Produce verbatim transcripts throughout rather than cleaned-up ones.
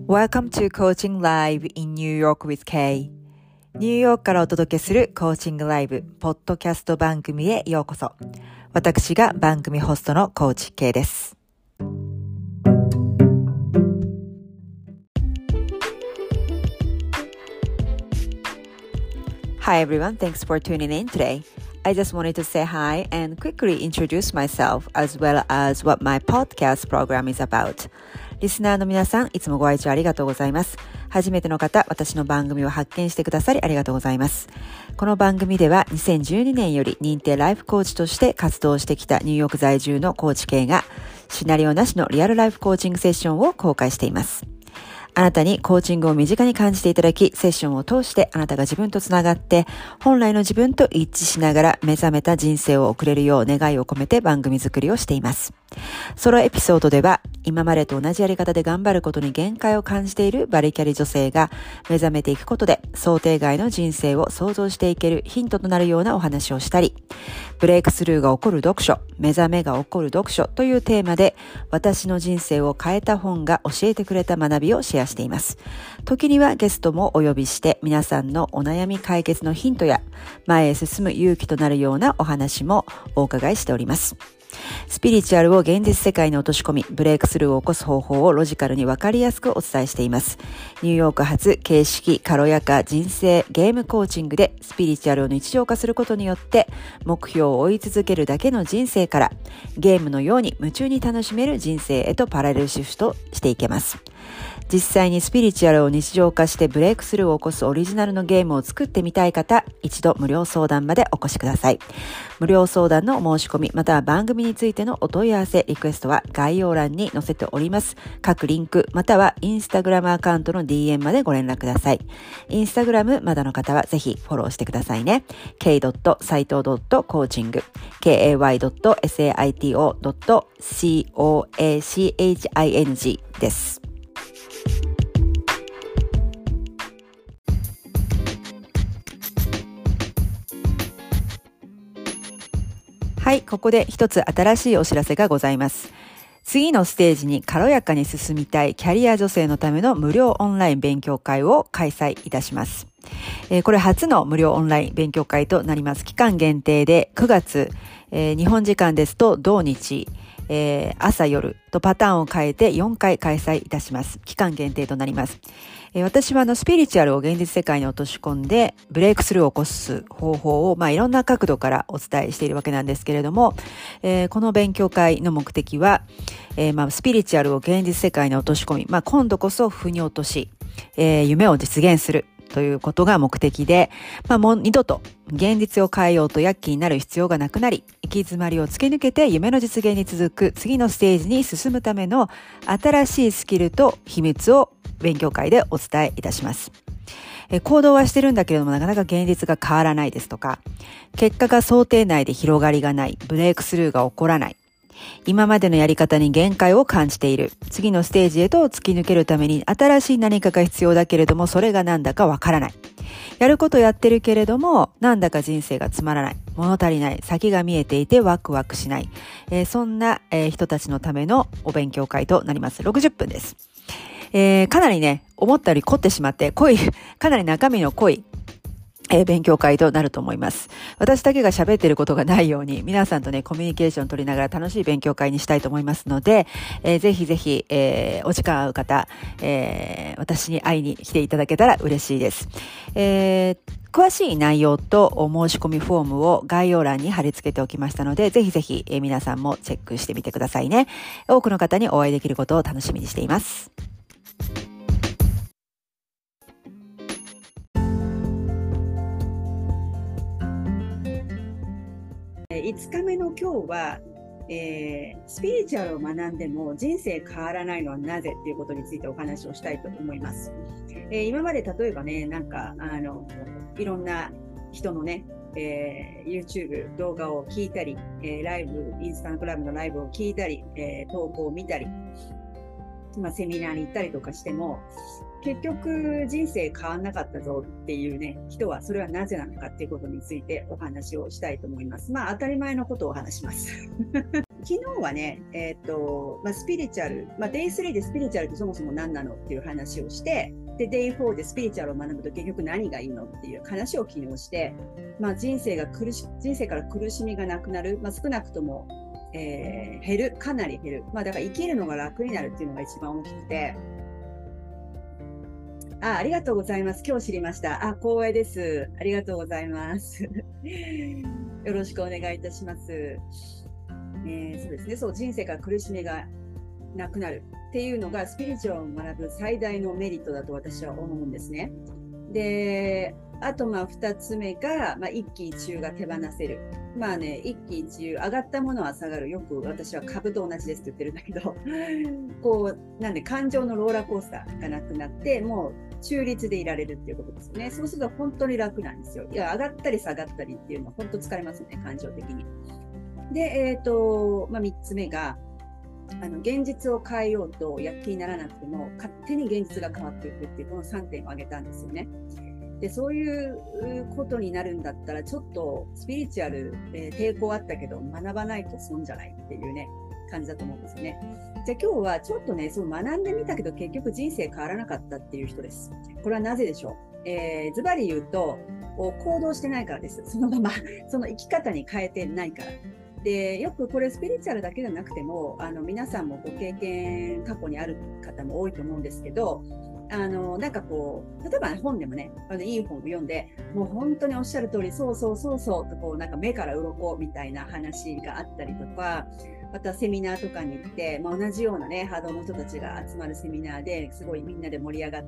Welcome to Coaching Live in New York with Kay。 ニューヨークからお届けするコーチングライブポッドキャスト番組へようこそ。私が番組ホストのコーチ Kay です。Hi everyone, thanks for tuning in today.I just wanted to say hi and quickly introduce myself as well as what my podcast program is about. リスナーの皆さん、いつもご愛聴ありがとうございます。初めての方、私の番組を発見してくださりありがとうございます。この番組ではにせんじゅうにねんより認定ライフコーチとして活動してきたニューヨーク在住のコーチ系がシナリオなしのリアルライフコーチングセッションを公開しています。あなたにコーチングを身近に感じていただき、セッションを通してあなたが自分とつながって、本来の自分と一致しながら目覚めた人生を送れるよう願いを込めて番組作りをしています。ソロエピソードでは、今までと同じやり方で頑張ることに限界を感じているバリキャリ女性が目覚めていくことで、想定外の人生を想像していけるヒントとなるようなお話をしたり、ブレイクスルーが起こる読書、目覚めが起こる読書というテーマで、私の人生を変えた本が教えてくれた学びをシェアしています。時にはゲストもお呼びして、皆さんのお悩み解決のヒントや、前へ進む勇気となるようなお話もお伺いしております。スピリチュアルを現実世界に落とし込み、ブレイクスルーを起こす方法をロジカルに分かりやすくお伝えしています。ニューヨーク発形式軽やか人生ゲームコーチングでスピリチュアルを日常化することによって目標を追い続けるだけの人生からゲームのように夢中に楽しめる人生へとパラレルシフトしていけます。実際にスピリチュアルを日常化してブレイクスルーを起こすオリジナルのゲームを作ってみたい方、一度無料相談までお越しください。無料相談の申し込み、または番組についてのお問い合わせ、リクエストは概要欄に載せております。各リンク、またはインスタグラムアカウントの ディーエム までご連絡ください。インスタグラムまだの方はぜひフォローしてくださいね。ケー サイト .coaching、ケーエーワイ サイト .coaching です。はい、ここで一つ新しいお知らせがございます。次のステージに軽やかに進みたいキャリア女性のための無料オンライン勉強会を開催いたします。えー、これ初の無料オンライン勉強会となります。期間限定でくがつ、えー、日本時間ですと同日、えー、朝夜とパターンを変えてよんかい開催いたします。期間限定となります。えー、私はあのスピリチュアルを現実世界に落とし込んでブレイクスルーを起こす方法をまあいろんな角度からお伝えしているわけなんですけれども、えー、この勉強会の目的は、えー、まあスピリチュアルを現実世界に落とし込み、まあ今度こそ腑に落とし、えー、夢を実現するということが目的で、まあもう二度と現実を変えようと躍起になる必要がなくなり、行き詰まりを突き抜けて夢の実現に続く次のステージに進むための新しいスキルと秘密を勉強会でお伝えいたします。え行動はしてるんだけれどもなかなか現実が変わらないですとか、結果が想定内で広がりがない、ブレイクスルーが起こらない、今までのやり方に限界を感じている。次のステージへと突き抜けるために新しい何かが必要だけれども、それがなんだかわからない。やることやってるけれども、なんだか人生がつまらない。物足りない。先が見えていてワクワクしない。えー、そんな、えー、人たちのためのお勉強会となります。ろくじゅっぷんです。えー、かなりね、思ったより凝ってしまって、濃い、かなり中身の濃い、えー、勉強会となると思います。私だけが喋っていることがないように、皆さんとね、コミュニケーション取りながら楽しい勉強会にしたいと思いますので、えー、ぜひぜひ、えー、お時間合う方、えー、私に会いに来ていただけたら嬉しいです。えー詳しい内容とお申し込みフォームを概要欄に貼り付けておきましたので、ぜひぜひ、えー、皆さんもチェックしてみてくださいね。多くの方にお会いできることを楽しみにしています。いつかめの今日は、えー、スピリチュアルを学んでも人生変わらないのはなぜっていうことについてお話をしたいと思います。えー、今まで例えばね、なんかあのいろんな人のね、えー、YouTube 動画を聞いたり、えー、ライブインスタグラムのライブを聞いたり、えー、投稿を見たり、まあ、セミナーに行ったりとかしても結局人生変わんなかったぞっていうね人はそれはなぜなのかっていうことについてお話をしたいと思います。まあ当たり前のことをお話します昨日はね、えっと、まあ、スピリチュアル、まあ、デイスリーでスピリチュアルってそもそも何なのっていう話をして、で、デイフォーでスピリチュアルを学ぶと結局何がいいのっていう話を昨日して、まあ、人生が苦し、人生から苦しみがなくなる、まあ、少なくとも、えー、減る、かなり減る。まあ、だから生きるのが楽になるっていうのが一番大きくて、あ、ありがとうございます。今日知りました。あ、光栄です。ありがとうございます。よろしくお願いいたします。えー、そうですね。そう、人生から苦しみがなくなるっていうのがスピリチュアルを学ぶ最大のメリットだと私は思うんですね。で、あとまあ二つ目が、まあ、一喜一憂が手放せる。まあね、一喜一憂、上がったものは下がる。よく私は株と同じですって言ってるんだけど、こう、なんで感情のローラーコースターがなくなって、もう中立でいられるっていうことですよね。そうすると本当に楽なんですよ。いや、上がったり下がったりっていうのは本当疲れますよね、感情的に。で、えっと、まあ、三つ目が、あの、現実を変えようと躍起にならなくても、勝手に現実が変わっていくっていう、このさんてんを挙げたんですよね。で、そういうことになるんだったら、ちょっとスピリチュアル、えー、抵抗あったけど、学ばないと損じゃないっていうね、感じだと思うんですよね。じゃあ今日はちょっとね、そう学んでみたけど、結局人生変わらなかったっていう人です。これはなぜでしょう。えー、ズバリ言うと、行動してないからです。そのまま、その生き方に変えてないから。で、よくこれスピリチュアルだけじゃなくても、あの、皆さんもご経験過去にある方も多いと思うんですけど、あの、なんかこう、例えば本でもね、あの、いい本を読んで、もう本当におっしゃる通り、そうそうそうそうと、こう、なんか目から鱗みたいな話があったりとか、またセミナーとかに行って、まあ、同じようなね、波動の人たちが集まるセミナーですごいみんなで盛り上がって、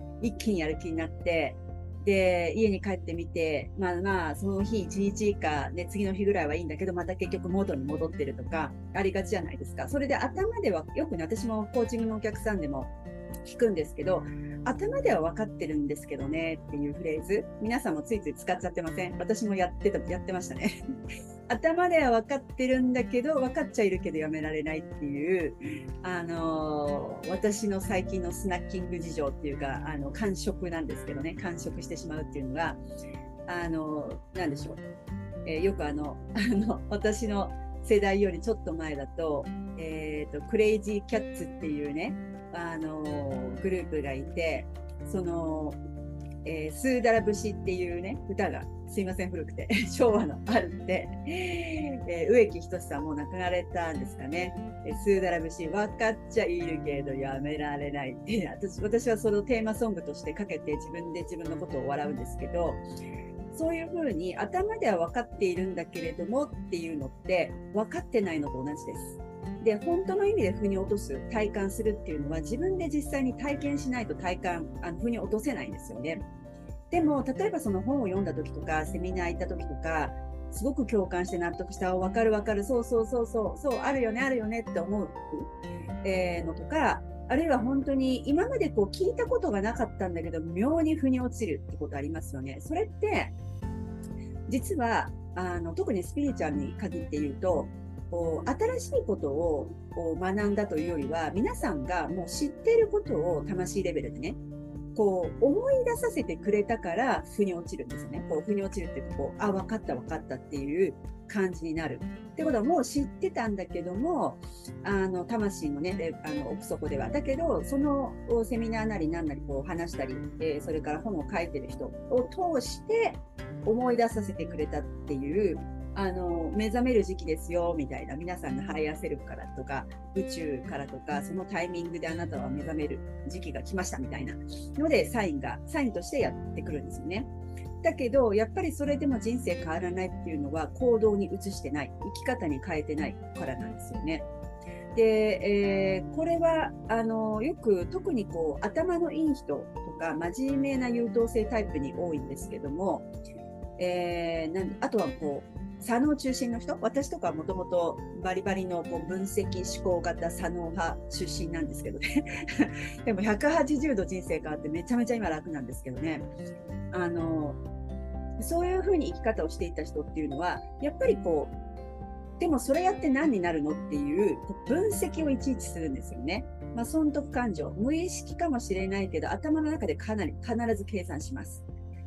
一気にやる気になって、で、家に帰ってみて、まあまあ、その日一日以下、ね、次の日ぐらいはいいんだけど、また結局元に戻ってるとか、ありがちじゃないですか。それで頭では、よくね、私もコーチングのお客さんでも聞くんですけど、頭では分かってるんですけどねっていうフレーズ、皆さんもついつい使っちゃってません？私もやってた、やってましたね。頭では分かってるんだけど、分かっちゃいるけどやめられないっていう、あのー、私の最近のスナッキング事情っていうか、あの、完食なんですけどね、完食してしまうっていうのが、あのー、なんでしょう。えー、よくあの、あの、私の世代よりちょっと前だと、えっと、クレイジーキャッツっていうね、あのー、グループがいて、その、えー、スーダラ節っていうね、歌が、すいません、古くて、昭和のあるって、えー、植木仁さんも亡くなられたんですかね。えー、スーダラ節、分かっちゃいるけどやめられないって、私、私はそのテーマソングとしてかけて自分で自分のことを笑うんですけど、そういうふうに頭では分かっているんだけれどもっていうのって分かってないのと同じです。で、本当の意味で腑に落とす、体感するっていうのは自分で実際に体験しないと体感、あの腑に落とせないんですよね。でも、例えばその本を読んだ時とか、セミナー行った時とか、すごく共感して納得した、わかるわかる、そうそうそうそう、そう、あるよね、あるよねって思う、えー、のとか、あるいは本当に今までこう聞いたことがなかったんだけど、妙に腑に落ちるってことありますよね。それって、実は、あの、特にスピリチュアルに限って言うと、こう新しいことをこう学んだというよりは、皆さんがもう知っていることを魂レベルでね、こう思い出させてくれたから腑に落ちるんですよね。こう腑に落ちるっていうと、こう、あ、分かった分かったっていう感じになる。ってことはもう知ってたんだけども、あの、魂のね、あの、奥底では。だけど、そのセミナーなりなんなりこう話したり、えー、それから本を書いてる人を通して思い出させてくれたっていう、あの、目覚める時期ですよ、みたいな、皆さんのハイヤーセルフからとか、宇宙からとか、そのタイミングであなたは目覚める時期が来ました、みたいなので、サインが、サインとしてやってくるんですよね。だけど、やっぱりそれでも人生変わらないっていうのは、行動に移してない、生き方に変えてないからなんですよね。で、えー、これは、あの、よく、特にこう、頭のいい人とか、真面目な優等生タイプに多いんですけども、えー、なんあとはこう、左脳中心の人、私とかはもともとバリバリのこう分析思考型左脳派出身なんですけどね。でもひゃくはちじゅうど人生変わってめちゃめちゃ今楽なんですけどね。あの、そういうふうに生き方をしていた人っていうのは、やっぱりこう、でもそれやって何になるのっていう分析をいちいちするんですよね。まあ、損得感情、無意識かもしれないけど、頭の中でかなり必ず計算します。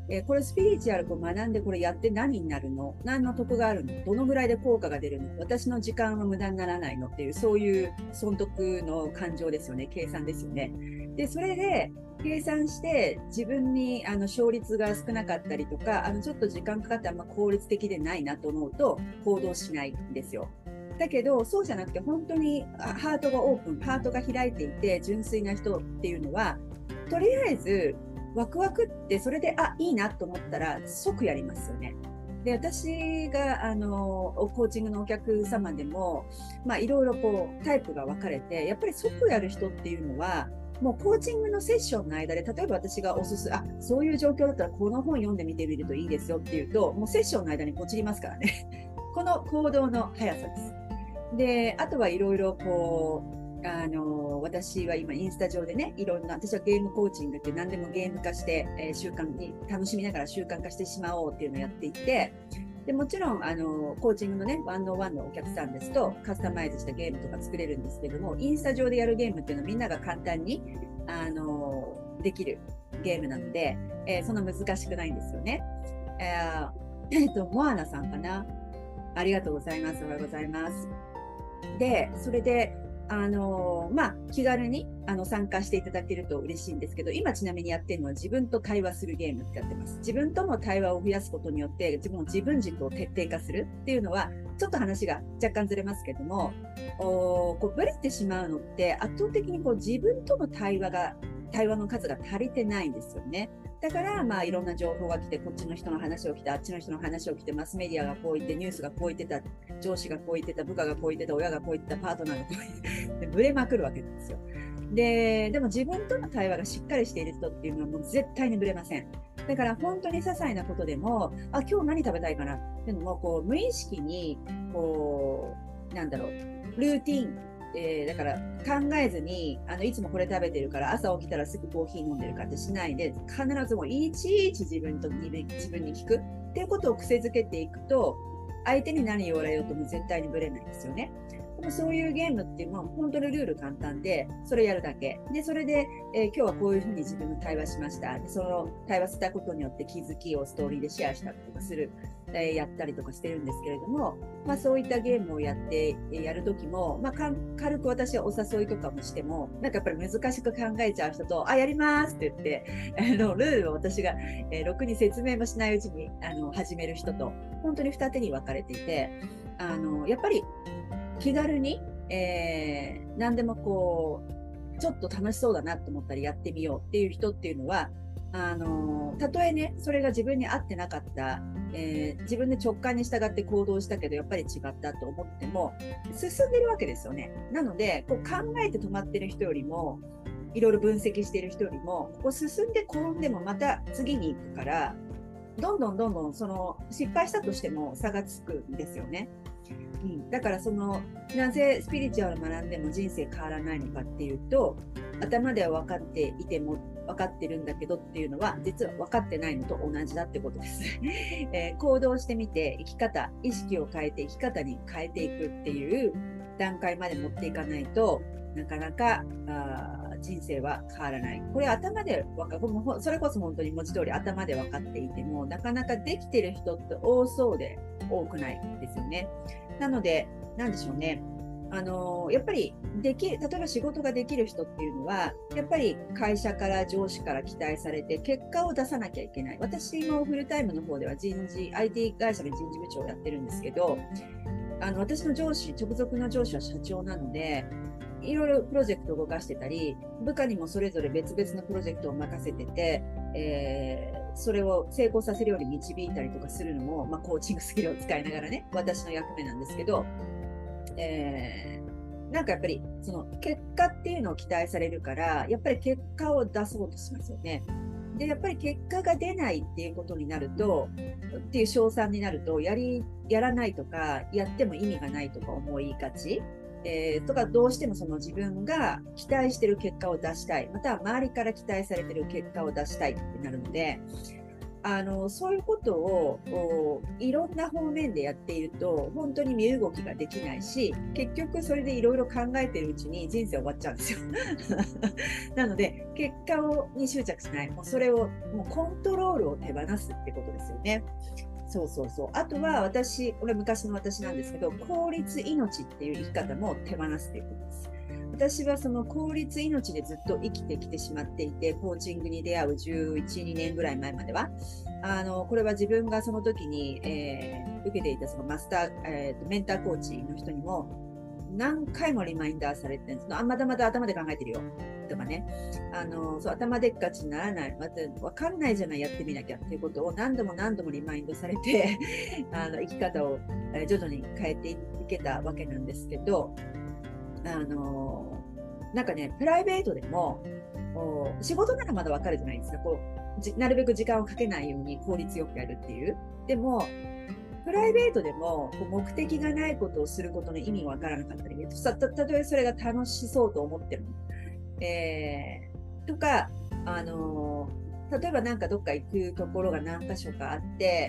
えーこれスピリチュアルを学んでこれやって何になるの、何の得があるの、どのぐらいで効果が出るの、私の時間は無駄にならないのっていう、そういう損得の感情ですよね、計算ですよね。で、それで計算して自分にあの勝率が少なかったりとか、あのちょっと時間かかってあんま効率的でないなと思うと行動しないんですよ。だけどそうじゃなくて、本当にハートがオープン、ハートが開いていて純粋な人っていうのは、とりあえずワクワクって、それであいいなと思ったら即やりますよね。で、私があのコーチングのお客様でも、まあ、いろいろこうタイプが分かれて、やっぱり即やる人っていうのは、もうコーチングのセッションの間で、例えば私がおすすあそういう状況だったらこの本読んでみてみるといいですよっていうと、もうセッションの間にポチりますからね。この行動の速さです。で、あとはいろいろこう、あの、私は今インスタ上でね、いろんな、私はゲームコーチングって何でもゲーム化して、えー習慣に、楽しみながら習慣化してしまおうっていうのをやっていて、で、もちろん、あの、コーチングのね、ワンオンワンのお客さんですと、カスタマイズしたゲームとか作れるんですけども、インスタ上でやるゲームっていうのはみんなが簡単に、あの、できるゲームなので、えーそんな難しくないんですよね。えーえっと、モアナさんかな。ありがとうございます。おはようございます。で、それで、あのまあ、気軽にあの参加していただけると嬉しいんですけど、今ちなみにやってるのは自分と対話するゲームってやってます。自分との対話を増やすことによって、自分の自分軸を徹底化するっていうのは、ちょっと話が若干ずれますけども、おこうブレてしまうのって圧倒的にこう自分との対話が、対話の数が足りてないんですよね。だから、まあ、いろんな情報が来て、こっちの人の話を来て、あっちの人の話を来て、マスメディアがこう言って、ニュースがこう言ってた、上司がこう言ってた、部下がこう言ってた、親がこう言ってた、パートナーがこう言ってた、ブレまくるわけなんですよ。で、でも自分との対話がしっかりしている人っていうのはもう絶対にブレません。だから本当に些細なことでも、あ、今日何食べたいかなっていうのも、こう、無意識に、こう、なんだろう、ルーティン、えー、だから考えずに、あの、いつもこれ食べてるから朝起きたらすぐコーヒー飲んでるかってしないで、必ずもういちいち自分と自分に聞くっていうことを癖づけていくと、相手に何言われようとも絶対にブレないんですよね。でもそういうゲームっていうのは本当にルール簡単で、それやるだけ。で、それで、えー今日はこういうふうに自分の対話しました。で、その対話したことによって気づきをストーリーでシェアしたりとかする、えーやったりとかしてるんですけれども、まあそういったゲームをやって、えーやるときも、まあかん軽く私はお誘いとかもしても、なんかやっぱり難しく考えちゃう人と、あ、やりますって言って、あの、ルールを私が、えーろくに説明もしないうちに、あの、始める人と、本当に二手に分かれていて、あの、やっぱり気軽に、えー、何でもこう、ちょっと楽しそうだなと思ったらやってみようっていう人っていうのは、あの、たとえね、それが自分に合ってなかった、えー自分で直感に従って行動したけど、やっぱり違ったと思っても、進んでるわけですよね。なので、こう考えて止まってる人よりも、いろいろ分析している人よりも、ここ進んで転んでもまた次に行くから、どんどんどんどんその失敗したとしても差がつくんですよね。うん、だからそのなぜスピリチュアルを学んでも人生変わらないのかっていうと、頭では分かっていても分かってるんだけどっていうのは実は分かってないのと同じだってことです、えー行動してみて生き方、意識を変えて生き方に変えていくっていう段階まで持っていかないとなかなかあー人生は変わらない。これ頭で分かる、それこそ本当に文字通り頭で分かっていてもなかなかできてる人って多そうで多くないですよね。なので、なんでしょうね。あのやっぱりでき例えば仕事ができる人っていうのはやっぱり会社から上司から期待されて結果を出さなきゃいけない。私もフルタイムの方では人事 アイティー 会社の人事部長をやってるんですけど、あの私の上司直属の上司は社長なのでいろいろプロジェクトを動かしてたり、部下にもそれぞれ別々のプロジェクトを任せてて、えーそれを成功させるように導いたりとかするのも、まあ、コーチングスキルを使いながらね、私の役目なんですけど、えーなんかやっぱりその結果っていうのを期待されるから、やっぱり結果を出そうとしますよね。で、やっぱり結果が出ないっていうことになると、っていう称賛になると、やり、やらないとか、やっても意味がないとか思いがち。えーとか、どうしてもその自分が期待してる結果を出したい。または周りから期待されてる結果を出したいってなるので、 あのそういうことをこういろんな方面でやっていると本当に身動きができないし、結局それでいろいろ考えているうちに人生終わっちゃうんですよなので結果をに執着しない、もうそれをもうコントロールを手放すってことですよね。そうそうそう。あとは私、これ昔の私なんですけど、効率命っていう生き方も手放すということです。私はその効率命でずっと生きてきてしまっていて、コーチングに出会うじゅういち、にねんぐらい前までは、あの、これは自分がその時に、えー、受けていたそのマスター、えー、メンターコーチの人にも何回もリマインダーされてるんです。あ、まだまだ頭で考えてるよ。とかね。あの、そう、頭でっかちにならない。また、わかんないじゃない、やってみなきゃっていうことを何度も何度もリマインドされて、あの、生き方を徐々に変えていけたわけなんですけど、あのなんかね、プライベートでも、仕事ならまだわかるじゃないですか。こう、なるべく時間をかけないように効率よくやるっていう。でも、プライベートでもこう目的がないことをすることの意味がわからなかったり、たとえそれが楽しそうと思っても、えー、とか、あの例えばなんかどっか行くところが何か所かあって、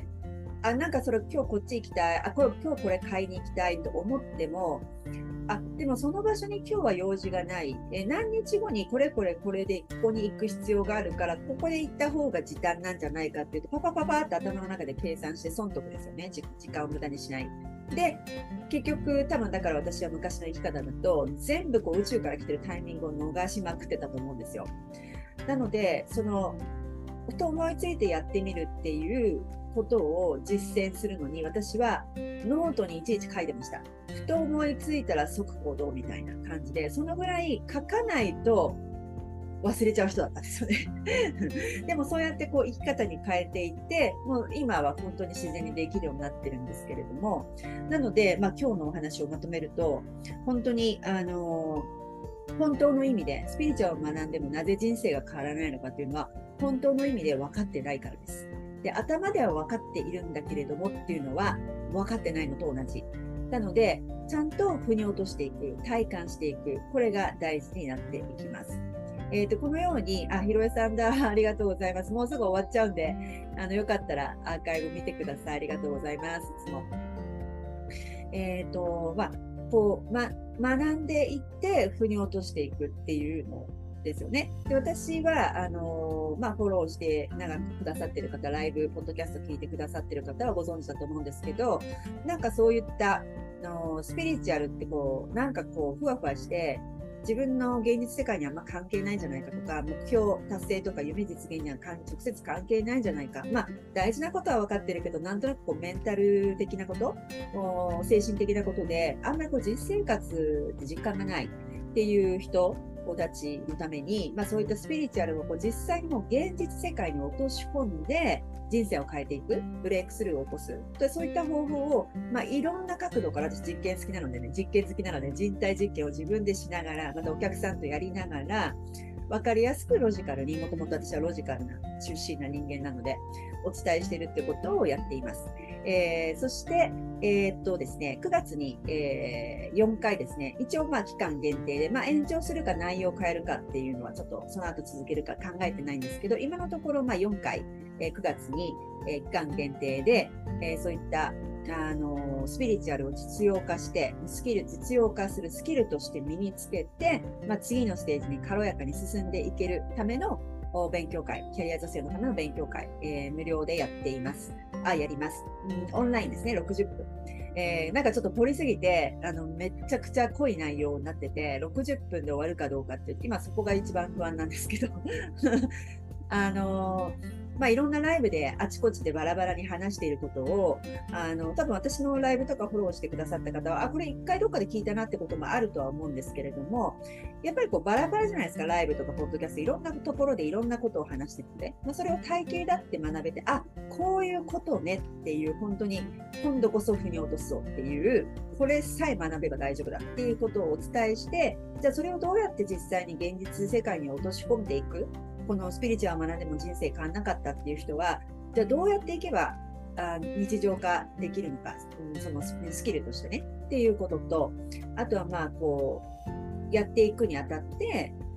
あ、なんかそれ今日こっち行きたい、あ、これ今日これ買いに行きたいと思っても、あ、でもその場所に今日は用事がない。え、何日後にこれこれこれでここに行く必要があるから、ここで行った方が時短なんじゃないかっていうと、パパパパって頭の中で計算して損得ですよね。時間を無駄にしない。で、結局多分だから私は昔の生き方だと、全部こう宇宙から来てるタイミングを逃しまくってたと思うんですよ。なので、その、ふと思いついてやってみるっていうことを実践するのに、私はノートにいちいち書いてました。ふと思いついたら即行動みたいな感じで、そのぐらい書かないと忘れちゃう人だったんですよねでもそうやってこう生き方に変えていって、もう今は本当に自然にできるようになってるんですけれども、なので、まあ、今日のお話をまとめると、本当にあの本当の意味でスピリチュアルを学んでもなぜ人生が変わらないのかというのは、本当の意味で分かってないからです。で、頭では分かっているんだけれどもっていうのは分かってないのと同じ。なので、ちゃんと腑に落としていく、体感していく、これが大事になっていきます。えっと、このように、あ、ひろえさんだ、ありがとうございます。もうすぐ終わっちゃうんで、あの、よかったらアーカイブ見てください。ありがとうございます。いつも。えっと、まあ、こう、ま、学んでいって、腑に落としていくっていうのですよね。で、私は、あの、まあ、フォローして長くくださってる方、ライブ、ポッドキャスト聞いてくださってる方はご存知だと思うんですけど、なんかそういった、あの、スピリチュアルってこう、なんかこう、ふわふわして、自分の現実世界にあんま関係ないんじゃないかとか、目標達成とか夢実現には直接関係ないんじゃないか。まあ、大事なことは分かってるけど、なんとなくこうメンタル的なこと、精神的なことで、あんまりこう実生活って実感がないっていう人たちのために、まあ、そういったスピリチュアルをこう実際にも現実世界に落とし込んで、人生を変えていく、ブレイクスルーを起こす。そういった方法を、まあ、いろんな角度から、私実験好きなのでね、実験好きなので、人体実験を自分でしながら、またお客さんとやりながら、分かりやすくロジカルに、もともと私はロジカルな出身な人間なので、お伝えしているってことをやっています。えー、そして、えー、っとですね、くがつに、えー、よんかいですね、一応まあ期間限定で、まあ、延長するか内容を変えるかっていうのはちょっとその後続けるか考えてないんですけど、今のところまあよんかい、えー、くがつに、えー、期間限定で、えー、そういったあのスピリチュアルを実用化して、スキル、実用化するスキルとして身につけて、まあ、次のステージに軽やかに進んでいけるための勉強会、キャリア女性のための勉強会、えー、無料でやっています。あ、やります。うん、オンラインですね、ろくじゅっぷん。えー、なんかちょっと掘りすぎて、あの、めちゃくちゃ濃い内容になってて、ろくじゅっぷんで終わるかどうかって、今そこが一番不安なんですけど、あのー、まあ、いろんなライブであちこちでバラバラに話していることを、あの、多分私のライブとかフォローしてくださった方は、あ、これ一回どっかで聞いたなってこともあるとは思うんですけれども、やっぱりこうバラバラじゃないですか、ライブとかポッドキャスト、いろんなところでいろんなことを話してて、まあ、それを体系だって学べて、あ、こういうことねっていう、本当に今度こそ腑に落とそうっていう、これさえ学べば大丈夫だっていうことをお伝えして、じゃあそれをどうやって実際に現実世界に落とし込んでいく、このスピリチュアルを学んでも人生変わんなかったっていう人は、じゃあどうやっていけばあ日常化できるのか、うん、そのスキルとしてねっていうことと、あとはまあこうやっていくにあたって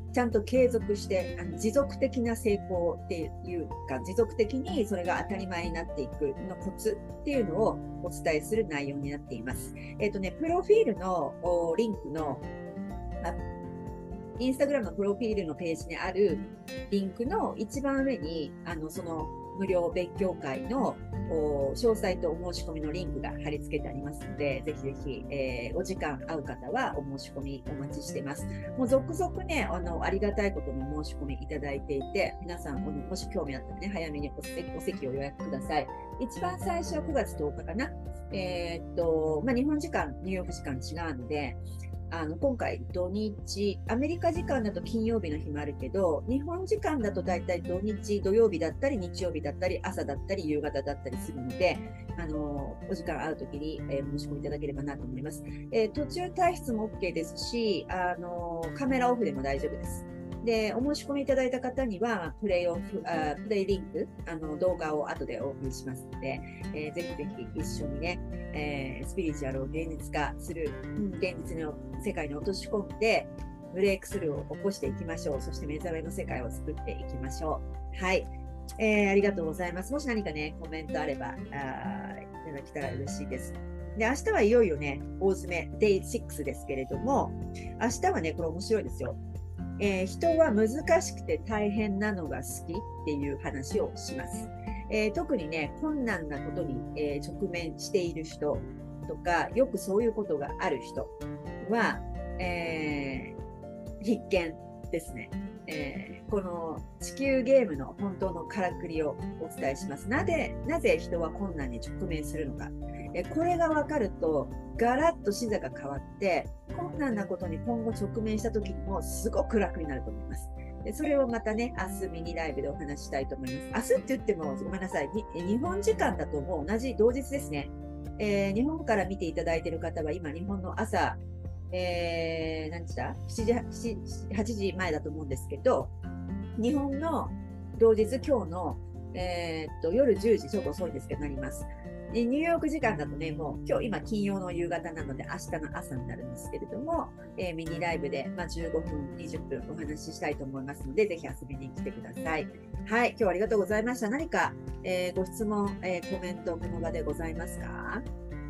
ちゃんと継続してあの持続的な成功っていうか、持続的にそれが当たり前になっていくのコツっていうのをお伝えする内容になっています。えっとね、プロフィールのリンクのインスタグラムのプロフィールのページにあるリンクの一番上に、あの、その無料勉強会の詳細とお申し込みのリンクが貼り付けてありますので、ぜひぜひ、えー、お時間合う方はお申し込みお待ちしています。もう続々ね、あの、ありがたいことにお申し込みいただいていて、皆さん、もし興味あったらね、早めにお席、お席を予約ください。一番最初はくがつとおかかな。えー、っと、まあ、日本時間、ニューヨーク時間違うので、あの今回土日、アメリカ時間だと金曜日の日もあるけど、日本時間だと大体土日、土曜日だったり、日曜日だったり、朝だったり、夕方だったりするので、あのお時間合うときに、えー、申し込みいただければなと思います。えー、途中退出も OK ですし、あのカメラオフでも大丈夫です。で、お申し込みいただいた方には、プレイオフ、あプレイリンク、あの動画を後でお送りしますので、えー、ぜひぜひ一緒にね、えー、スピリチュアルを現実化する、うん、現実の世界に落とし込んで、ブレイクスルーを起こしていきましょう。そして目覚めの世界を作っていきましょう。はい。えー、ありがとうございます。もし何かね、コメントあれば、あいただけたら嬉しいです。で、明日はいよいよね、大詰め、デイろくですけれども、明日はね、これ面白いですよ。えー、人は難しくて大変なのが好きっていう話をします。えー、特にね、困難なことに、えー、直面している人とか、よくそういうことがある人は、えー、必見ですね。えー、この地球ゲームの本当のからくりをお伝えします。なぜ、なぜ人は困難に直面するのか。えー、これが分かると、ガラッと視座が変わって、困難なことに今後直面した時にもすごく楽になると思います。でそれをまたね、明日ミニライブでお話ししたいと思います。明日って言っても、ごめんなさい。日本時間だともう同じ同日ですね。えー、日本から見ていただいている方は今、日本の朝、えー、何時だ ?しち 時、はちじまえだと思うんですけど、日本の同日、今日の、えー、っと夜じゅうじ、ちょっと遅いんですけど、なります。ニューヨーク時間だとね、もう今日今金曜の夕方なので明日の朝になるんですけれども、えー、ミニライブで、まあ、じゅうごふん、にじゅっぷんお話ししたいと思いますので、ぜひ遊びに来てください。はい、今日はありがとうございました。何か、えー、ご質問、えー、コメント、この場でございますか？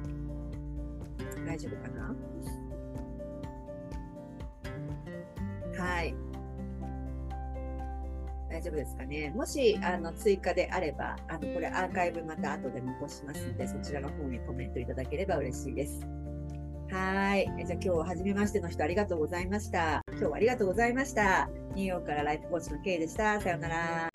大丈夫かな？はい。大丈夫ですかね。もしあの追加であれば、あのこれアーカイブまた後で残しますので、そちらの方にコメントいただければ嬉しいです。はい。じゃあ今日初めましての人ありがとうございました。今日はありがとうございました。ニューヨークからライフコーチの K でした。さようなら。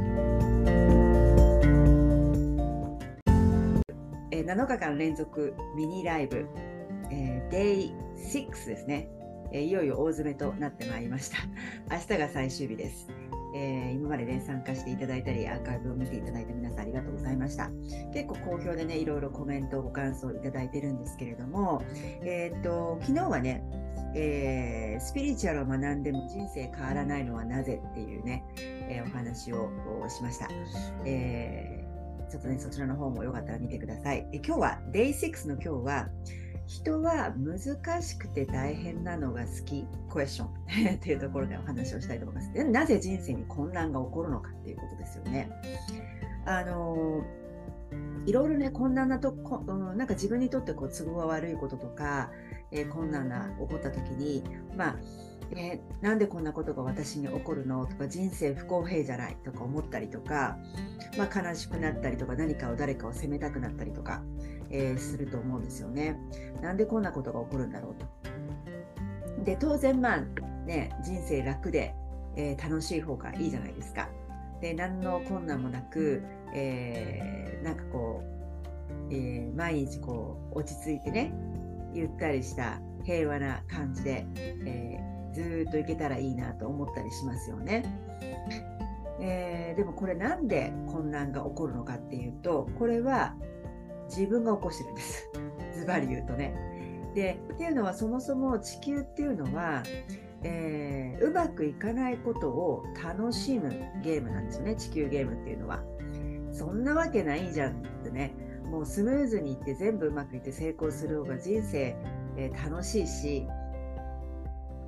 えー、なのかかん連続ミニライブ、えー、デイろくですね。えー、いよいよ大詰めとなってまいりました。明日が最終日です。えー、今までね、参加していただいたり、アーカイブを見ていただいた皆さんありがとうございました。結構好評でね、いろいろコメント、ご感想いただいてるんですけれども、えー、っと、昨日はね、えー、スピリチュアルを学んでも人生変わらないのはなぜっていうね、えー、お話をしました。えー、ちょっとね、そちらの方もよかったら見てください。え今日は、デイろくの今日は、人は難しくて大変なのが好きクエスチョンっていうところでお話をしたいと思います。でなぜ人生に混乱が起こるのかっていうことですよね。あのいろいろね、困難なとこ、なんか自分にとってこう都合が悪いこととか、えー、困難な起こった時に、まあえー、なんでこんなことが私に起こるのとか、人生不公平じゃないとか思ったりとか、まあ、悲しくなったりとか、何かを誰かを責めたくなったりとか、えー、すると思うんですよね。なんでこんなことが起こるんだろうと。で、当然まあね、人生楽で、えー、楽しい方がいいじゃないですか。で、何の困難もなく、えー、なんかこう、えー、毎日こう落ち着いてね、ゆったりした平和な感じで、えー、ずーっといけたらいいなと思ったりしますよね。えー、でもこれなんで混乱が起こるのかっていうと、これは自分が起こしてるんです。ズバリ言うとね。で、っていうのはそもそも地球っていうのは、えー、うまくいかないことを楽しむゲームなんですよね。地球ゲームっていうのは。そんなわけないじゃんってね。もうスムーズにいって全部うまくいって成功する方が人生、えー、楽しいし、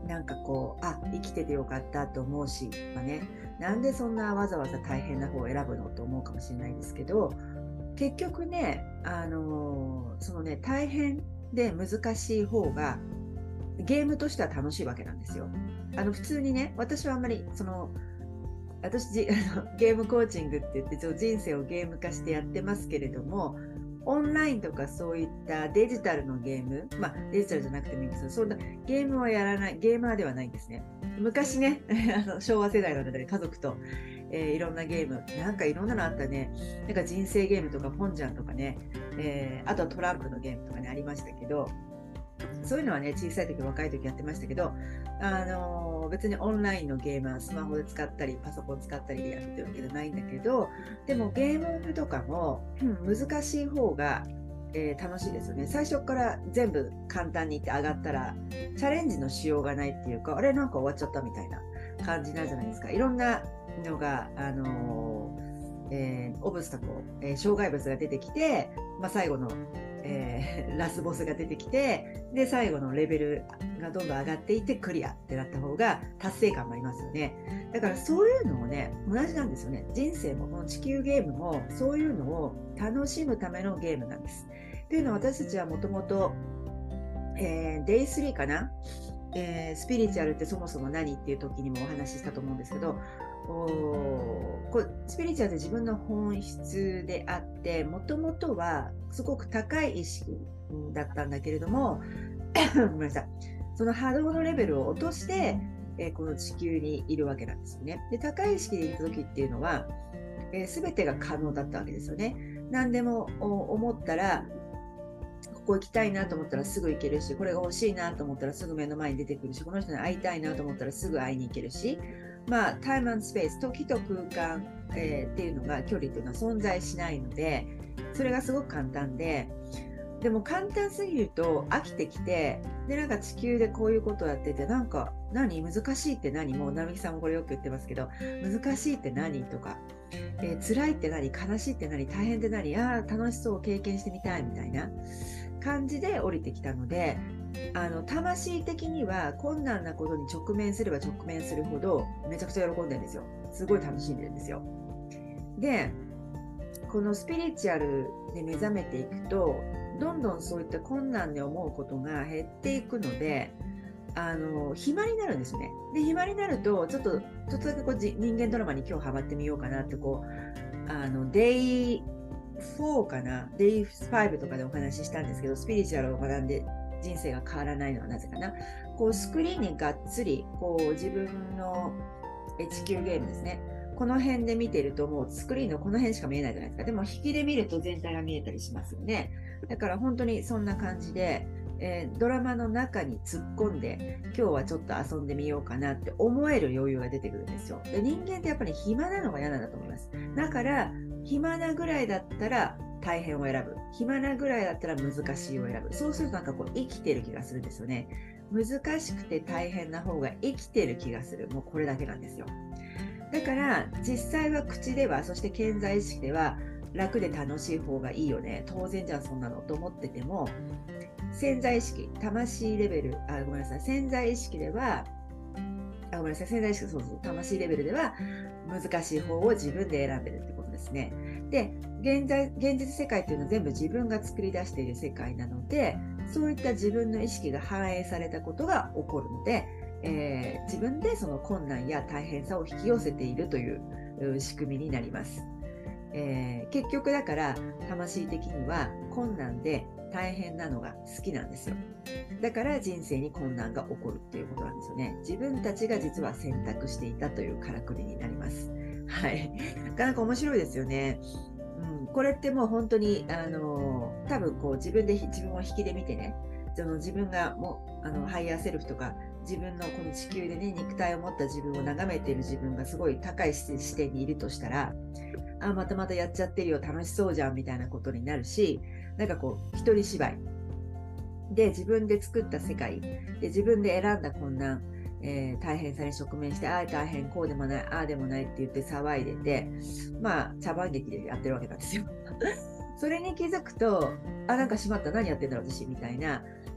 なんかこう、あ、生きててよかったと思うし、まあね、なんでそんなわざわざ大変な方を選ぶのと思うかもしれないんですけど、結局ね、あのーそのね、大変で難しい方がゲームとしては楽しいわけなんですよ。あの普通にね、私はあんまりその私じあのゲームコーチングって言ってちょっと人生をゲーム化してやってますけれども、オンラインとかそういったデジタルのゲーム、まあデジタルじゃなくてもいいんですけど、そんなゲームはやらない、ゲーマーではないんですね。昔ね、あの昭和世代の中で家族と、えーいろんなゲーム、なんかいろんなのあったね。なんか人生ゲームとかポンジャンとかね、えーあとはトランプのゲームとかねありましたけど、そういうのはね、小さい時、若い時やってましたけど、あのー別にオンラインのゲームはスマホで使ったり、パソコン使ったりでやるってわけじゃないんだけど、でもゲームとかも、うん難しい方が、えー楽しいですよね。最初から全部簡単にいって上がったら、チャレンジのしようがないっていうか、あれなんか終わっちゃったみたいな感じになるじゃないですか。いろんなのが、あのーえーオブスタコ、えー障害物が出てきて、まあ、最後の、えーラスボスが出てきて、で最後のレベルがどんどん上がっていってクリアってなった方が達成感もありますよね。だからそういうのもね、同じなんですよね。人生もこの地球ゲームもそういうのを楽しむためのゲームなんです。っていうのは私たちはもともとデイスリーかな、えースピリチュアルってそもそも何っていう時にもお話ししたと思うんですけど、おこうスピリチュアルって自分の本質であって、もともとはすごく高い意識だったんだけれどもごめんなさい、その波動のレベルを落として、えーこの地球にいるわけなんですよね。で高い意識でいた時っていうのは、えー、全てが可能だったわけですよね。何でも思ったら、ここ行きたいなと思ったらすぐ行けるし、これが欲しいなと思ったらすぐ目の前に出てくるし、この人に会いたいなと思ったらすぐ会いに行けるし、まあ、タイム&スペース、時と空間、えーっていうのが、距離っていうのは存在しないので、それがすごく簡単で、でも簡単すぎると飽きてきて、で、なんか地球でこういうことをやってて、なんか、何難しいって何もう、並木さんもこれよく言ってますけど、難しいって何とか、えー辛いって何悲しいって何大変って何ああ、楽しそう、経験してみたいみたいな感じで降りてきたので、あの魂的には困難なことに直面すれば直面するほどめちゃくちゃ喜んでるんですよ。すごい楽しんでるんですよ。で、このスピリチュアルで目覚めていくと、どんどんそういった困難に思うことが減っていくので、あの暇になるんですよね。で、暇になるとちょっとちょっとだけこうじ人間ドラマに今日ハマってみようかなって、こうあのデイフォーかな、デイファイブとかでお話ししたんですけど、スピリチュアルを学んで人生が変わらないのはなぜかな。こうスクリーンにがっつりこう自分のえ地球ゲームですね。この辺で見てるともうスクリーンのこの辺しか見えないじゃないですか。でも引きで見ると全体が見えたりしますよね。だから本当にそんな感じで、えードラマの中に突っ込んで今日はちょっと遊んでみようかなって思える余裕が出てくるんですよ。で、人間ってやっぱり暇なのが嫌なんだと思います。だから暇なぐらいだったら大変を選ぶ、暇なぐらいだったら難しいを選ぶ。そうするとなんかこう生きてる気がするんですよね。難しくて大変な方が生きてる気がする。もうこれだけなんですよ。だから実際は口では、そして潜在意識では楽で楽しい方がいいよね、当然じゃんそんなのと思ってても、潜在意識、魂レベル、あ、ごめんなさい、潜在意識では、あ、ごめんなさい、潜在意識、そうそう、魂レベルでは難しい方を自分で選んでるってことですね。で、現在、現実世界っていうのは全部自分が作り出している世界なので、そういった自分の意識が反映されたことが起こるので、えー自分でその困難や大変さを引き寄せているというう仕組みになります。えー結局だから魂的には困難で大変なのが好きなんですよ。だから人生に困難が起こるっていうことなんですよね。自分たちが実は選択していたというからくりになります。はい。なかなか面白いですよね。うん、これってもう本当にあの多分こう自分で自分を引きで見てね、その自分がもうあのハイヤーセルフとか自分のこの地球でね肉体を持った自分を眺めている自分がすごい高い視点にいるとしたら、あ、またまたやっちゃってるよ、楽しそうじゃんみたいなことになるし、なんかこう一人芝居で自分で作った世界で自分で選んだ困難、えー大変さに直面して、ああ大変、こうでもない、ああでもないって言って騒いでて、まあ茶番劇でやってるわけなんですよ。それに気づくと、あ、なんかしまった、何やってんだろう私みたいな、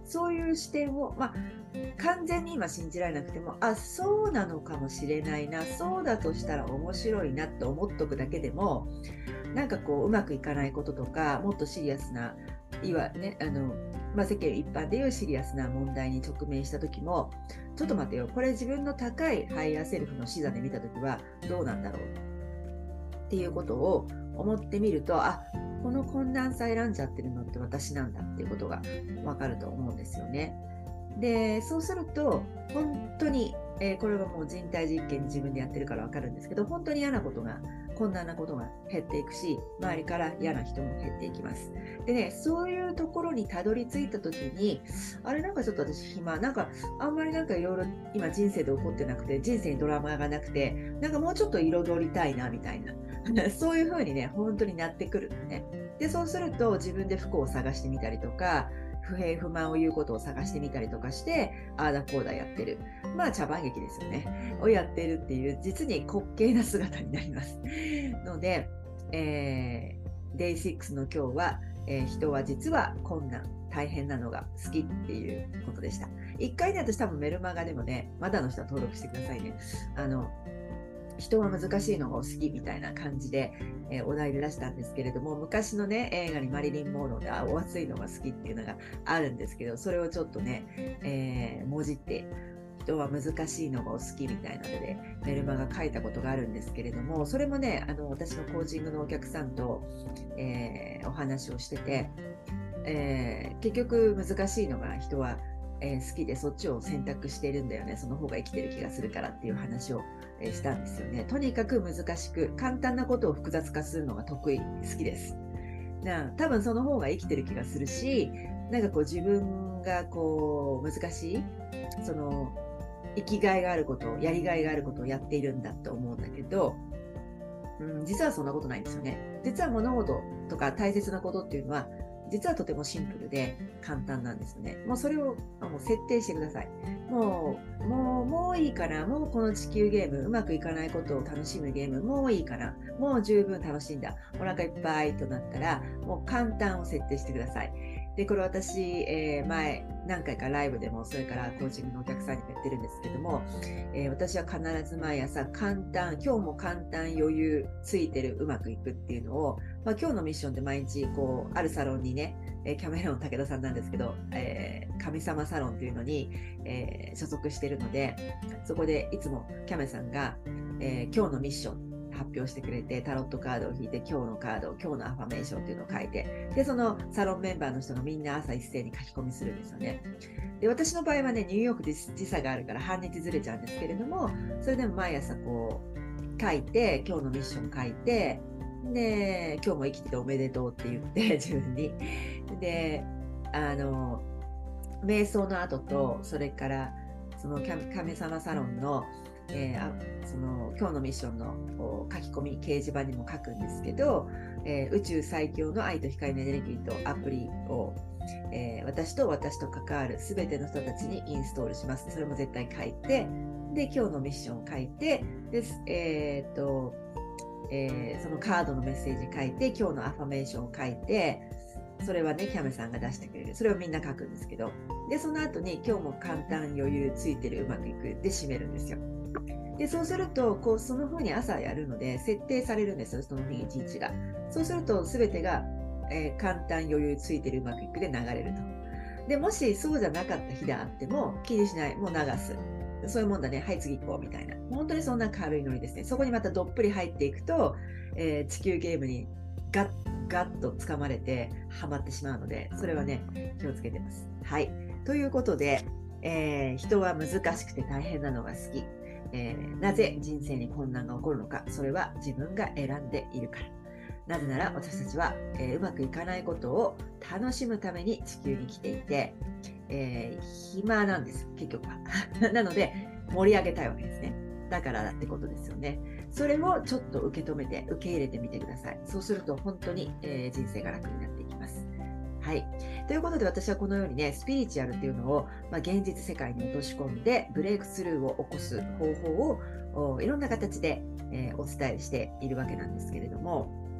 そういう視点を、まあ、完全に今信じられなくても、あ、そうなのかもしれないな、そうだとしたら面白いなって思っとくだけでも、なんかこううまくいかないこととか、もっとシリアスないわ、ね、あのまあ、世間一般でいうシリアスな問題に直面した時も、ちょっと待てよ、これ自分の高いハイヤーセルフの視座で見た時はどうなんだろうっていうことを思ってみると、あ、この困難さ選んじゃってるのって私なんだっていうことがわかると思うんですよね。で、そうすると本当に、えーこれはもう人体実験自分でやってるからわかるんですけど、本当に嫌なことが、困難なことが減っていくし、周りから嫌な人も減っていきます。でね、そういうところにたどり着いた時に、あれなんかちょっと私暇、なんかあんまりなんかいろいろ今人生で起こってなくて、人生にドラマがなくて、なんかもうちょっと彩りたいなみたいな、そういう風にね、本当になってくるのね。で、そうすると自分で不幸を探してみたりとか、不平不満を言うことを探してみたりとかして、ああだこうだやってる。まあ茶番劇ですよね。をやってるっていう、実に滑稽な姿になります。ので、えー、デイシックスの今日は、えー、人は実は困難、大変なのが好きっていうことでした。一回ね、私多分メルマガでもね、まだの人は登録してくださいね。あの、人は難しいのがお好きみたいな感じで、えー、お題で出したんですけれども、昔のね、映画にマリリン・モンローであお熱いのが好きっていうのがあるんですけど、それをちょっとね、えー、もじって、人は難しいのがお好きみたいなので、メルマガ書いたことがあるんですけれども、それもね、あの私のコーチングのお客さんと、えー、お話をしてて、えー、結局難しいのが人は、えー、好きでそっちを選択しているんだよね、その方が生きてる気がするからっていう話を、えー、したんですよね。とにかく難しく簡単なことを複雑化するのが得意、好きです。な多分その方が生きてる気がするし、なんかこう自分がこう難しいその生きがいがあること、やりがいがあることをやっているんだと思うんだけど、うん、実はそんなことないんですよね。実は物事とか大切なことっていうのは実はとてもシンプルで簡単なんですよね。もうそれをもう設定してください。もう、もう、もういいかな。もうこの地球ゲーム、うまくいかないことを楽しむゲーム、もういいかな。もう十分楽しんだ。お腹いっぱいとなったら、もう簡単を設定してください。で、これ私、えー、前、何回かライブでも、それからコーチングのお客さんにも言ってるんですけども、えー、私は必ず毎朝簡単、今日も簡単余裕ついてる、うまくいくっていうのを、まあ、今日のミッションで毎日こうあるサロンにね、えー、キャメロン武田さんなんですけど、えー、神様サロンっていうのに、えー、所属しているので、そこでいつもキャメさんが、えー、今日のミッション発表してくれて、タロットカードを引いて、今日のカード、今日のアファメーションっていうのを書いて、でそのサロンメンバーの人がみんな朝一斉に書き込みするんですよね。で私の場合はね、ニューヨークで時差があるから半日ずれちゃうんですけれども、それでも毎朝こう書いて、今日のミッション書いて、で今日も生きてておめでとうって言って自分にであの瞑想の後と、それからその神様サロンの、えー、あその今日のミッションの書き込み掲示板にも書くんですけど、えー、宇宙最強の愛と光のエネルギーとアプリを、えー、私と私と関わるすべての人たちにインストールします。それも絶対書いて、で今日のミッションを書いて、でえー、っとえー、そのカードのメッセージ書いて、今日のアファメーションを書いて、それはねキャメさんが出してくれる、それをみんな書くんですけど、でその後に今日も簡単余裕ついてるうまくいくで締めるんですよ。でそうするとこうその風に朝やるので設定されるんですよ、その日一日が。そうすると全てが、えー、簡単余裕ついてるうまくいくで流れると。でもしそうじゃなかった日であっても気にしない、もう流す、そういうもんだね、はい次行こうみたいな、本当にそんな軽いノリですね。そこにまたどっぷり入っていくと、えー、地球ゲームにガッガッと掴まれてハマってしまうので、それはね気をつけてます。はい、ということで、えー、人は難しくて大変なのが好き、えー、なぜ人生に困難が起こるのか、それは自分が選んでいるから。なぜなら私たちは、えー、うまくいかないことを楽しむために地球に来ていて、えー、暇なんです結局はなので盛り上げたいわけですね。だからだってことですよね。それをちょっと受け止めて受け入れてみてください。そうすると本当に、えー、人生が楽になっていきます。はい、ということで私はこのようにねスピリチュアルっていうのを、まあ、現実世界に落とし込んでブレイクスルーを起こす方法をいろんな形で、えー、お伝えしているわけなんですけれども、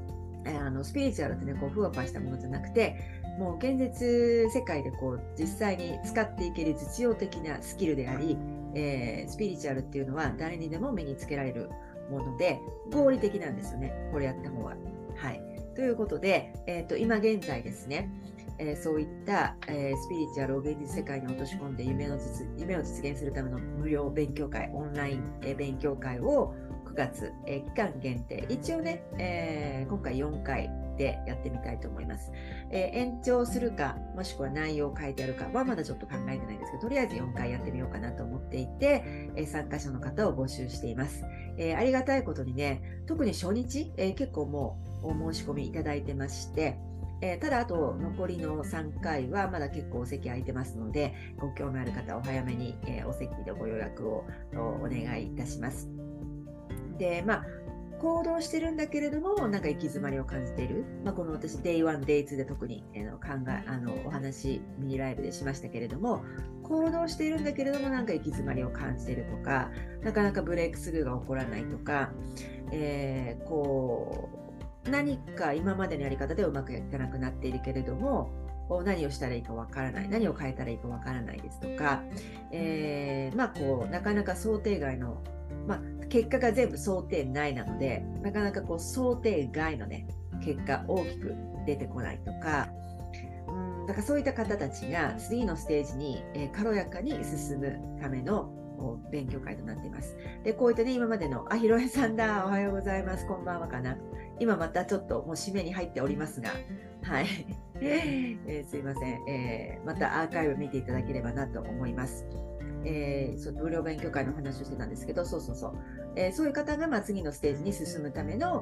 あのスピリチュアルってね、こうふわふわしたものじゃなくて、もう現実世界でこう実際に使っていける実用的なスキルであり、えー、スピリチュアルっていうのは誰にでも身につけられるもので合理的なんですよね、これやった方が。はい。ということで、えーと、今現在ですね、えー、そういった、えー、スピリチュアルを現実世界に落とし込んで夢の実、夢を実現するための無料勉強会、オンライン、えー、勉強会をくがつ、えー、期間限定、一応ね、えー、今回よんかいでやってみたいと思います。えー、延長するか、もしくは内容を変えてやるかはまだちょっと考えてないんですけど、とりあえずよんかいやってみようかなと思っていて、えー、参加者の方を募集しています。えー、ありがたいことにね、特に初日、えー、結構もうお申し込みいただいてまして、えー、ただあと残りのさんかいはまだ結構お席空いてますので、ご興味ある方はお早めに、えー、お席でご予約をお願いいたします。で、まあ行動してるんだけれども、なんか行き詰まりを感じている。まあ、この私、デイワン、デイツーで特に、えー、考え、あの、お話、ミニライブでしましたけれども、行動しているんだけれども、なんか行き詰まりを感じているとか、なかなかブレイクスルーが起こらないとか、えー、こう、何か今までのやり方でうまくいかなくなっているけれども、何をしたらいいかわからない、何を変えたらいいかわからないですとか、えー、まあ、こう、なかなか想定外の、まあ、結果が全部想定内なので、なかなかこう想定外のね、結果大きく出てこないとか、うん、だからそういった方たちが次のステージに、えー、軽やかに進むための勉強会となっています。で、こういったね、今までの、あ、ひろえさんだ、おはようございます、こんばんはかな。今またちょっともう締めに入っておりますが、はい。えー、すいません、えー。またアーカイブ見ていただければなと思います。えー、そう無料勉強会の話をしてたんですけど、そうそうそう。えー、そういう方がまあ次のステージに進むための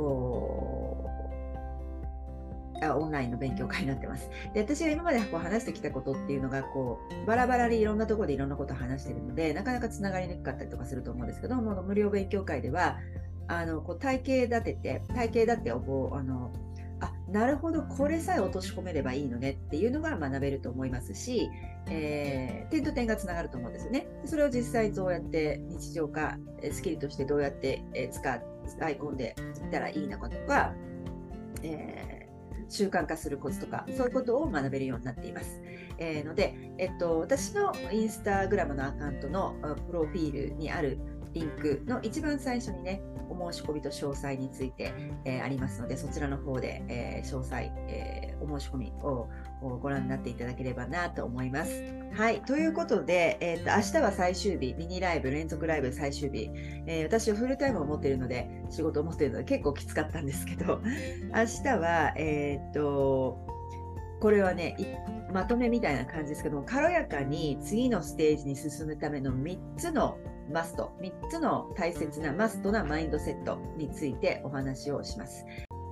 あオンラインの勉強会になってます。で、私が今までこう話してきたことっていうのがこうバラバラにいろんなところでいろんなことを話しているので、なかなかつながりにくかったりとかすると思うんですけども、無料勉強会ではあのこう体系立てて体系立てをこうあのあなるほど、これさえ落とし込めればいいのねっていうのが学べると思いますし、えー、点と点がつながると思うんですよね。それを実際どうやって日常化、スキルとしてどうやって使使い込んでいったらいいのかとか、えー、習慣化するコツとか、そういうことを学べるようになっています。えー、ので、えっと、私のインスタグラムのアカウントのプロフィールにあるリンクの一番最初にね、お申し込みと詳細について、えー、ありますので、そちらの方で、えー、詳細、えー、お申し込みをご覧になっていただければなと思います。はい。ということで、えーと、明日は最終日、ミニライブ、連続ライブ最終日。えー、私はフルタイムを持っているので、仕事を持っているので結構きつかったんですけど、明日は、えーと、これはね、まとめみたいな感じですけども、軽やかに次のステージに進むためのみっつのマスト、みっつの大切なマストなマインドセットについてお話をします。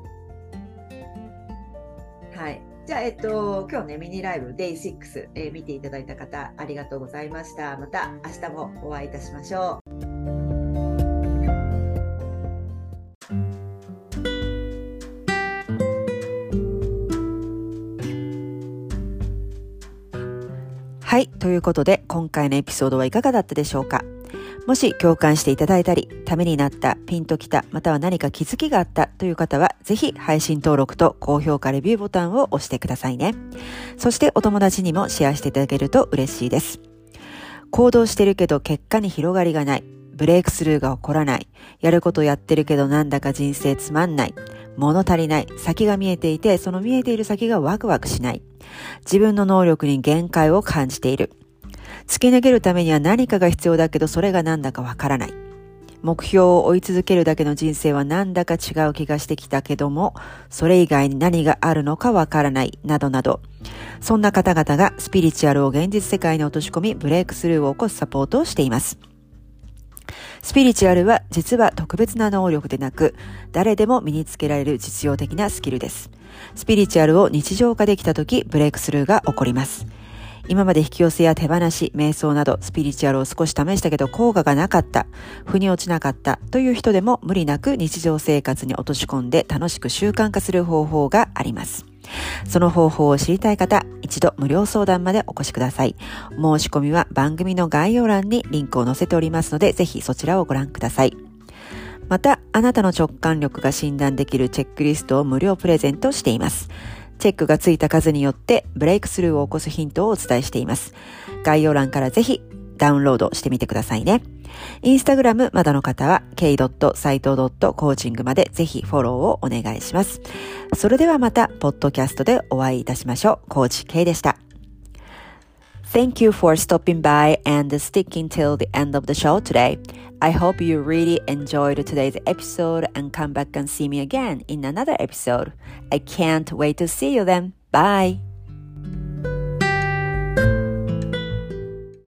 はい。じゃあ、えっと、今日ね、ミニライブ デイシックス、えー、見ていただいた方、ありがとうございました。また明日もお会いいたしましょう。 はい。ということで、今回のエピソードはいかがだったでしょうか。もし共感していただいたり、ためになった、ピンときた、または何か気づきがあったという方は、ぜひ配信登録と高評価レビューボタンを押してくださいね。そしてお友達にもシェアしていただけると嬉しいです。行動してるけど結果に広がりがない。ブレイクスルーが起こらない。やることやってるけどなんだか人生つまんない。物足りない。先が見えていて、その見えている先がワクワクしない。自分の能力に限界を感じている。突き抜けるためには何かが必要だけどそれがなんだかわからない。目標を追い続けるだけの人生はなんだか違う気がしてきたけども、それ以外に何があるのかわからない、などなど。そんな方々がスピリチュアルを現実世界に落とし込み、ブレイクスルーを起こすサポートをしています。スピリチュアルは実は特別な能力でなく、誰でも身につけられる実用的なスキルです。スピリチュアルを日常化できたとき、ブレイクスルーが起こります。今まで引き寄せや手放し、瞑想などスピリチュアルを少し試したけど効果がなかった、腑に落ちなかったという人でも無理なく日常生活に落とし込んで楽しく習慣化する方法があります。その方法を知りたい方、一度無料相談までお越しください。申し込みは番組の概要欄にリンクを載せておりますので、ぜひそちらをご覧ください。 また、あなたの直感力が診断できるチェックリストを無料プレゼントしています。チェックがついた数によってブレイクスルーを起こすヒントをお伝えしています。概要欄からぜひダウンロードしてみてくださいね。インスタグラムまだの方は ケー サイト コーチング までぜひフォローをお願いします。それではまたポッドキャストでお会いいたしましょう。コーチ K でした。Thank you for stopping by and sticking till the end of the show today. I hope you really enjoyed today's episode and come back and see me again in another episode. I can't wait to see you then. Bye!